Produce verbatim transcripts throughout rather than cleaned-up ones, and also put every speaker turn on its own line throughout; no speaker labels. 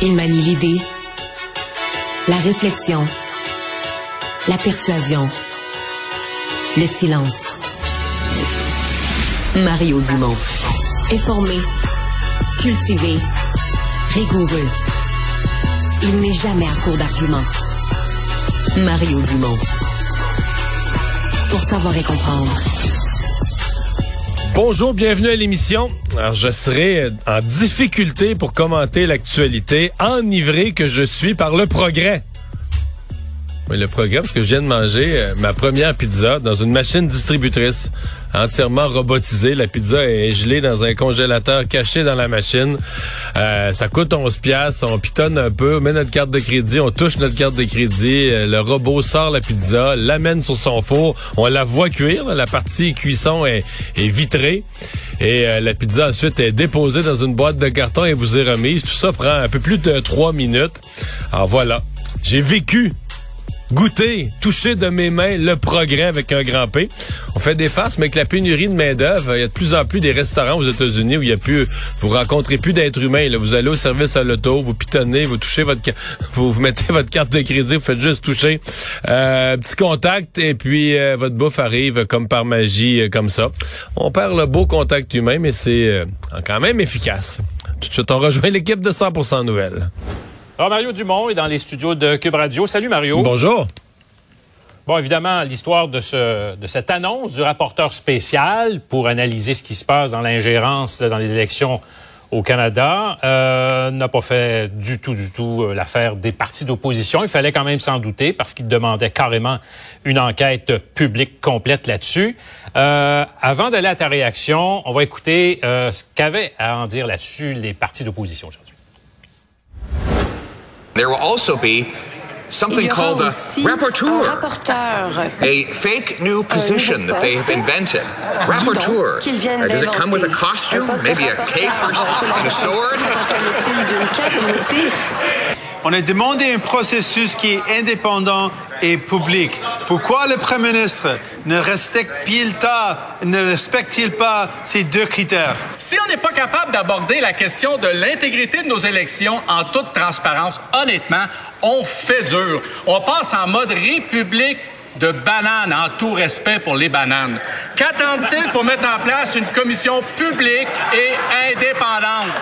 Il manie l'idée, la réflexion, la persuasion, le silence. Mario Dumont. Informé, cultivé, rigoureux. Il n'est jamais à court d'arguments. Mario Dumont. Pour savoir et comprendre.
Bonjour, bienvenue à l'émission. Alors, je serai en difficulté pour commenter l'actualité, enivré que je suis par le progrès. Oui, le progrès, parce que je viens de manger euh, ma première pizza dans une machine distributrice entièrement robotisée. La pizza est gelée dans un congélateur caché dans la machine. Euh, ça coûte onze piastres. On pitonne un peu, on met notre carte de crédit, on touche notre carte de crédit. Euh, le robot sort la pizza, l'amène sur son four. On la voit cuire. Là, la partie cuisson est, est vitrée. Et euh, la pizza ensuite est déposée dans une boîte de carton et vous est remise. Tout ça prend un peu plus de trois minutes. Alors voilà, j'ai vécu goûter, toucher de mes mains le progrès avec un grand P. On fait des farces, mais avec la pénurie de main-d'œuvre, il y a de plus en plus des restaurants aux États-Unis où il y a plus, vous rencontrez plus d'êtres humains. Là. Vous allez au service à l'auto, vous pitonnez, vous touchez votre, vous, vous mettez votre carte de crédit, vous faites juste toucher, euh, petit contact et puis euh, votre bouffe arrive comme par magie, euh, comme ça. On perd le beau contact humain, mais c'est euh, quand même efficace. Tout de suite, on rejoint l'équipe de cent pour cent Nouvelles.
Alors, Mario Dumont est dans les studios de Cube Radio. Salut, Mario.
Bonjour.
Bon, évidemment, l'histoire de, ce, de cette annonce du rapporteur spécial pour analyser ce qui se passe dans l'ingérence là, dans les élections au Canada euh, n'a pas fait du tout, du tout euh, l'affaire des partis d'opposition. Il fallait quand même s'en douter parce qu'ils demandaient carrément une enquête publique complète là-dessus. Euh, avant d'aller à ta réaction, on va écouter euh, ce qu'avaient à en dire là-dessus les partis d'opposition aujourd'hui.
There will also be something called a rapporteur, a fake new position that they have invented. Rapporteur. Uh, does it come with a costume, maybe a cape or and a sword?
On a demandé un processus qui est indépendant et public. Pourquoi le Premier ministre ne respecte-t-il pas, ne respecte-t-il pas ces deux critères?
Si on n'est pas capable d'aborder la question de l'intégrité de nos élections en toute transparence, honnêtement, on fait dur. On passe en mode république de bananes, en tout respect pour les bananes. Qu'attendent-ils pour mettre en place une commission publique et indépendante?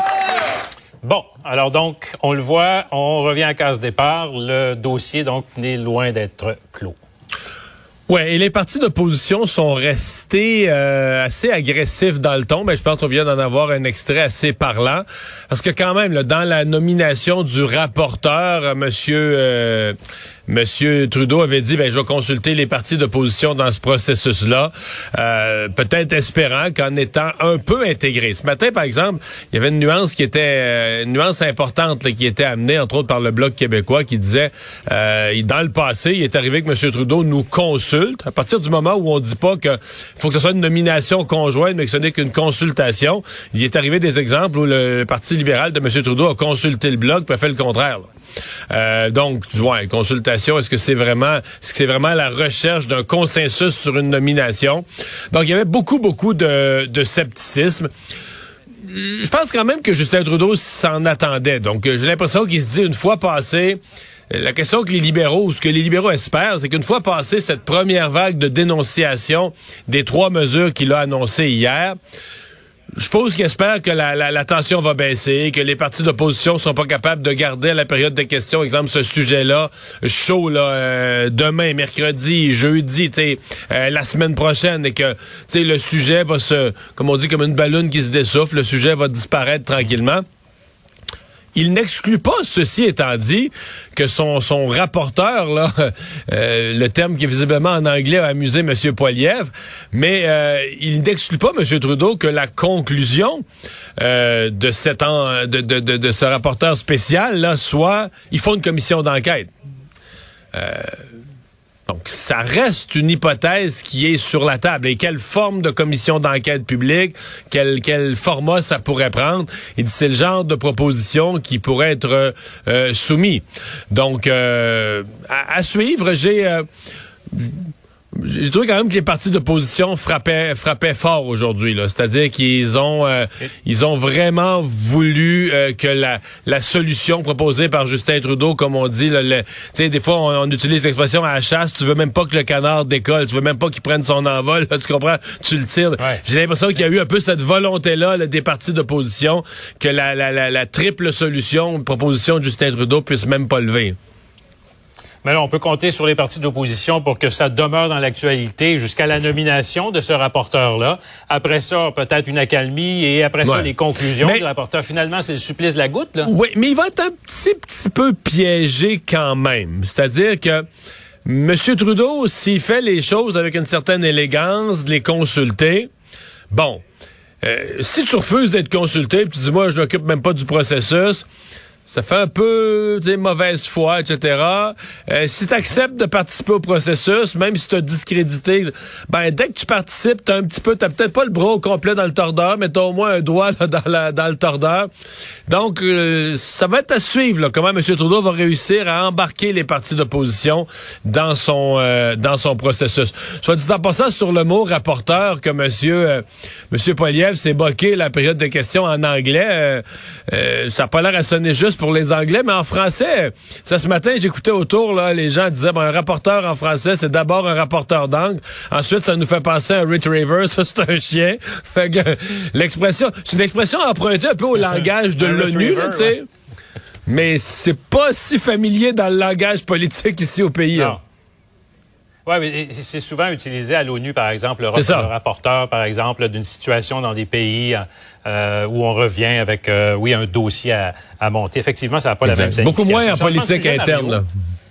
Bon, alors donc, on le voit, on revient à case départ. Le dossier, donc, n'est loin d'être clos.
Ouais, et les partis d'opposition sont restés euh, assez agressifs dans le ton, mais je pense qu'on vient d'en avoir un extrait assez parlant, parce que quand même, là, dans la nomination du rapporteur, euh, Monsieur euh, Monsieur Trudeau avait dit, ben je vais consulter les partis d'opposition dans ce processus-là, euh, peut-être espérant qu'en étant un peu intégré. Ce matin, par exemple, il y avait une nuance qui était euh, une nuance importante là, qui était amenée, entre autres, par le Bloc québécois, qui disait, euh, dans le passé, il est arrivé que M. Trudeau nous consulte. À partir du moment où on dit pas que faut que ce soit une nomination conjointe, mais que ce n'est qu'une consultation, il est arrivé des exemples où le Parti libéral de M. Trudeau a consulté le Bloc puis a fait le contraire. Là. Euh, donc, ouais, consultation, est-ce que c'est vraiment, est-ce que c'est vraiment la recherche d'un consensus sur une nomination? Donc, il y avait beaucoup, beaucoup de, de scepticisme. Je pense quand même que Justin Trudeau s'en attendait. Donc, j'ai l'impression qu'il se dit, une fois passé, la question que les libéraux, ou ce que les libéraux espèrent, c'est qu'une fois passé cette première vague de dénonciation des trois mesures qu'il a annoncées hier, je suppose qu'il espère que la, la, la tension va baisser, que les partis d'opposition sont pas capables de garder à la période de questions, exemple, ce sujet-là, chaud, là, euh, demain, mercredi, jeudi, tu sais, euh, la semaine prochaine, et que, tu sais, le sujet va se, comme on dit, comme une balloune qui se dessouffle, le sujet va disparaître tranquillement. Il n'exclut pas, ceci étant dit, que son, son rapporteur, là, euh, le terme qui visiblement en anglais a amusé M. Poilievre, mais euh, il n'exclut pas, M. Trudeau, que la conclusion euh, de, cet en, de, de, de, de ce rapporteur spécial là, soit il faut une commission d'enquête. Euh, Donc, ça reste une hypothèse qui est sur la table. Et quelle forme de commission d'enquête publique, quel, quel format ça pourrait prendre? Il dit c'est le genre de proposition qui pourrait être euh, soumis. Donc, euh, à, à suivre, j'ai... Euh, J'ai trouvé quand même que les partis d'opposition frappaient, frappaient fort aujourd'hui, là. C'est-à-dire qu'ils ont, euh, ils ont vraiment voulu euh, que la, la solution proposée par Justin Trudeau, comme on dit, là, le, tu sais, des fois on, on utilise l'expression à la chasse. Tu veux même pas que le canard décolle, tu veux même pas qu'il prenne son envol. Là, tu comprends? Tu le tires. Ouais. J'ai l'impression qu'il y a eu un peu cette volonté-là là, des partis d'opposition que la, la, la, la triple solution, proposition de Justin Trudeau, puisse même pas lever.
Mais là, on peut compter sur les partis d'opposition pour que ça demeure dans l'actualité jusqu'à la nomination de ce rapporteur-là. Après ça, peut-être une accalmie et après ouais. ça, les conclusions mais, du rapporteur. Finalement, c'est le supplice de la goutte, là.
Oui, mais il va être un petit, petit peu piégé quand même. C'est-à-dire que M. Trudeau, s'il fait les choses avec une certaine élégance, de les consulter, bon, euh, si tu refuses d'être consulté, puis tu dis, moi, je m'occupe même pas du processus, ça fait un peu, tu sais, mauvaise foi, et cetera. Euh, si tu acceptes de participer au processus, même si tu as discrédité, ben dès que tu participes, tu as un petit peu, t'as peut-être pas le bras au complet dans le tordeur, mais tu as au moins un doigt là, dans, la, dans le tordeur. Donc, euh, ça va être à suivre, là, comment M. Trudeau va réussir à embarquer les partis d'opposition dans son euh, dans son processus. Soit dit en passant sur le mot rapporteur que M. Euh, M. Poilievre s'est boqué la période de questions en anglais, euh, euh, ça n'a pas l'air à sonner juste pour les Anglais, mais en français, ça ce matin, j'écoutais autour, là, les gens disaient, bon, un rapporteur en français, c'est d'abord un rapporteur d'angle. Ensuite, ça nous fait penser à un retriever, ça, c'est un chien. Fait que, l'expression, c'est une expression empruntée un peu au langage de l'ONU, tu sais. Ouais. Mais c'est pas si familier dans le langage politique ici au pays.
Non. Oui, mais c'est souvent utilisé à l'ONU, par exemple, le, le rapporteur, par exemple, d'une situation dans des pays euh, où on revient avec, euh, oui, un dossier à, à monter. Effectivement, ça n'a pas exact. la même signification.
Beaucoup moins en politique interne.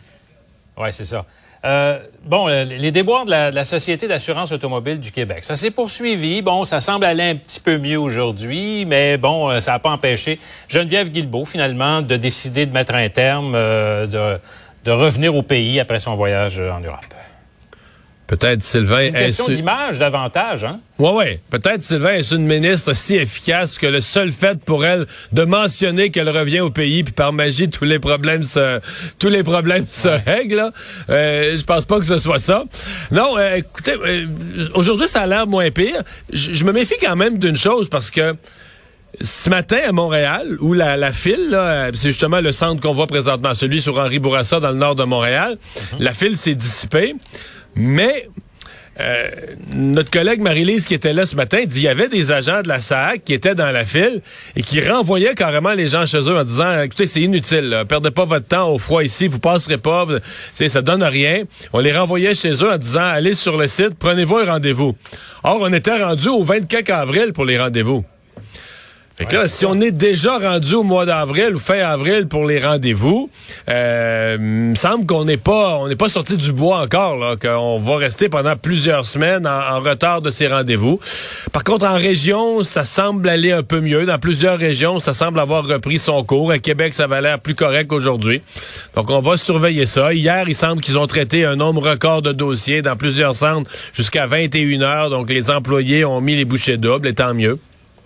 Oui, c'est ça. Euh, bon, les déboires de la, de la Société d'assurance automobile du Québec, ça s'est poursuivi. Bon, ça semble aller un petit peu mieux aujourd'hui, mais bon, ça n'a pas empêché Geneviève Guilbeault, finalement, de décider de mettre un terme, euh, de, de revenir au pays après son voyage en Europe.
Peut-être Sylvain...
Une question
est-ce...
d'image davantage, hein?
Oui, oui. Peut-être Sylvain est une ministre si efficace que le seul fait pour elle de mentionner qu'elle revient au pays, puis par magie, tous les problèmes se, tous les problèmes ouais. se règlent, là. Euh, je pense pas que ce soit ça. Non, euh, écoutez, euh, aujourd'hui, ça a l'air moins pire. Je, je me méfie quand même d'une chose, parce que ce matin, à Montréal, où la, la file, là, c'est justement le centre qu'on voit présentement, celui sur Henri Bourassa, dans le nord de Montréal, mm-hmm. la file s'est dissipée. Mais euh, notre collègue Marie-Lise qui était là ce matin dit qu'il y avait des agents de la S A A C qui étaient dans la file et qui renvoyaient carrément les gens chez eux en disant « Écoutez, c'est inutile, là, perdez pas votre temps au froid ici, vous passerez pas, ça donne rien. » On les renvoyait chez eux en disant « Allez sur le site, prenez-vous un rendez-vous. » Or, on était rendu au vingt-quatre avril pour les rendez-vous. Fait que là, ouais, si ça. On est déjà rendu au mois d'avril ou fin avril pour les rendez-vous, euh, il me semble qu'on n'est pas on n'est pas sorti du bois encore, là, qu'on va rester pendant plusieurs semaines en, en retard de ces rendez-vous. Par contre, en région, ça semble aller un peu mieux. Dans plusieurs régions, ça semble avoir repris son cours. À Québec, ça va l'air plus correct aujourd'hui. Donc, on va surveiller ça. Hier, il semble qu'ils ont traité un nombre record de dossiers dans plusieurs centres jusqu'à vingt et une heures. Donc, les employés ont mis les bouchées doubles, et tant mieux.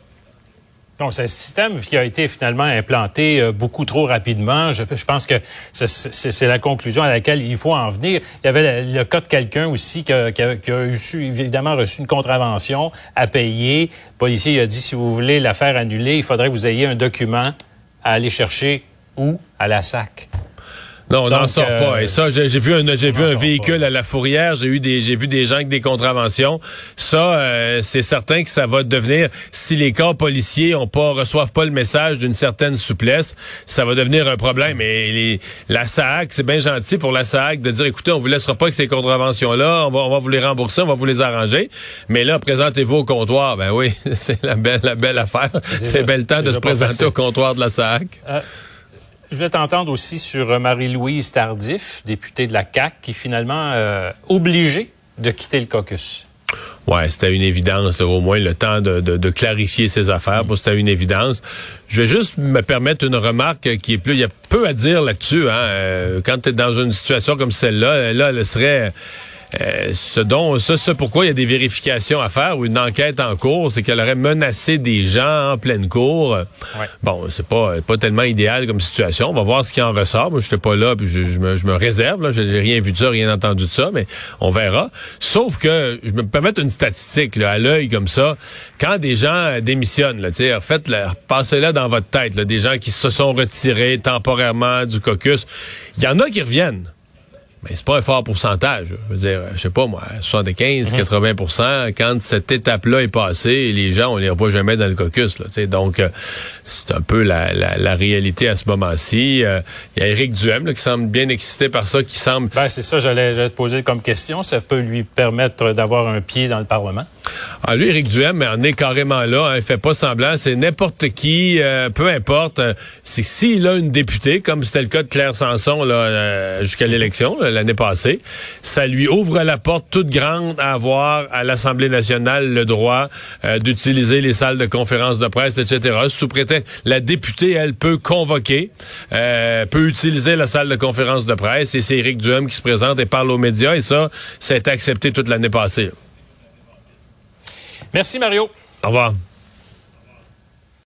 Donc, c'est un système qui a été finalement implanté euh, beaucoup trop rapidement. Je, je pense que c'est, c'est, c'est la conclusion à laquelle il faut en venir. Il y avait le, le cas de quelqu'un aussi qui a, qui a, qui a eu, évidemment reçu une contravention à payer. Le policier il a dit, si vous voulez la faire annuler, il faudrait que vous ayez un document à aller chercher où? À la S A C.
Non, on n'en sort euh, pas. Et ça, j'ai, j'ai vu un, j'ai vu un véhicule pas. à la Fourrière. J'ai eu des, j'ai vu des gens avec des contraventions. Ça, euh, c'est certain que ça va devenir, si les corps policiers ont pas, reçoivent pas le message d'une certaine souplesse, ça va devenir un problème. Et les, la S A A C, c'est bien gentil pour la S A A C de dire, écoutez, on vous laissera pas avec ces contraventions-là. On va, on va vous les rembourser, on va vous les arranger. Mais là, présentez-vous au comptoir. Ben oui, c'est la belle, la belle affaire. C'est, c'est bel temps de se présenter facile. au comptoir de la S A A C. Euh,
Je voulais t'entendre aussi sur Marie-Louise Tardif, députée de la C A Q, qui finalement euh, obligée de quitter le caucus.
Ouais, c'était une évidence, là, au moins le temps de, de, de clarifier ses affaires. Mmh. C'était une évidence. Je vais juste me permettre une remarque qui est plus... Il y a peu à dire là-dessus. Hein. Euh, quand tu es dans une situation comme celle-là, là, elle serait... Euh, ce dont, ça, ce pourquoi il y a des vérifications à faire ou une enquête en cours, c'est qu'elle aurait menacé des gens en pleine cour. Ouais. Bon, c'est pas pas tellement idéal comme situation. On va voir ce qui en ressort. Moi, je n'étais pas là, puis je, je, me, je me réserve. Là, j'ai rien vu de ça, rien entendu de ça, mais on verra. Sauf que je me permets une statistique là, à l'œil comme ça. Quand des gens démissionnent, là, tu sais, faites, passez-la dans votre tête. Là, des gens qui se sont retirés temporairement du caucus, il y en a qui reviennent. Mais c'est pas un fort pourcentage. Je veux dire, je sais pas moi, soixante-quinze, quatre-vingts pour cent, quand cette étape-là est passée, les gens, on les revoit jamais dans le caucus. Là, t'sais. Donc, euh, c'est un peu la, la, la réalité à ce moment-ci. Il euh, y a Éric Duhem là, qui semble bien excité par ça, qui semble...
Ben, c'est ça, j'allais, j'allais te poser comme question. Ça peut lui permettre d'avoir un pied dans le Parlement?
Ah, lui, Éric Duhem, en est carrément là. Hein, il fait pas semblant. C'est n'importe qui, euh, peu importe. Euh, c'est s'il a une députée, comme c'était le cas de Claire Sanson là, euh, jusqu'à l'élection, là, l'année passée, ça lui ouvre la porte toute grande à avoir à l'Assemblée nationale le droit euh, d'utiliser les salles de conférence de presse, et cetera. Sous prétexte, la députée, elle, peut convoquer, euh, peut utiliser la salle de conférence de presse, et c'est Éric Duhem qui se présente et parle aux médias, et ça, ça a été accepté toute l'année passée. Là.
Merci, Mario.
Au revoir.